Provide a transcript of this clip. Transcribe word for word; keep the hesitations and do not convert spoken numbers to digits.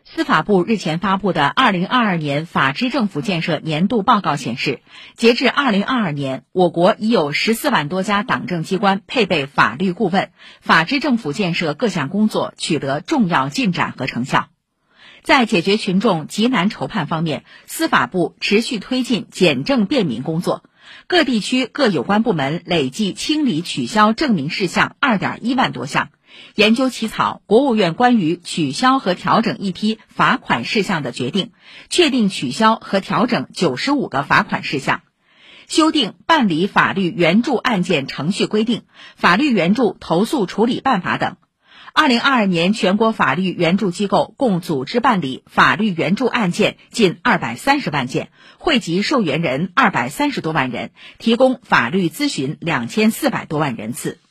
司法部日前发布的二零二二年法治政府建设年度报告显示，截至二零二二年，我国已有十四万多家党政机关配备法律顾问，法治政府建设各项工作取得重要进展和成效。在解决群众急难愁盼方面，司法部持续推进简政便民工作，各地区各有关部门累计清理取消证明事项 二点一万多项，研究起草国务院关于取消和调整一批罚款事项的决定，确定取消和调整九十五个罚款事项，修订办理法律援助案件程序规定、法律援助投诉处理办法等。二零二二年，全国法律援助机构共组织办理法律援助案件近二百三十万件，惠及受援人二百三十多万人，提供法律咨询两千四百多万人次。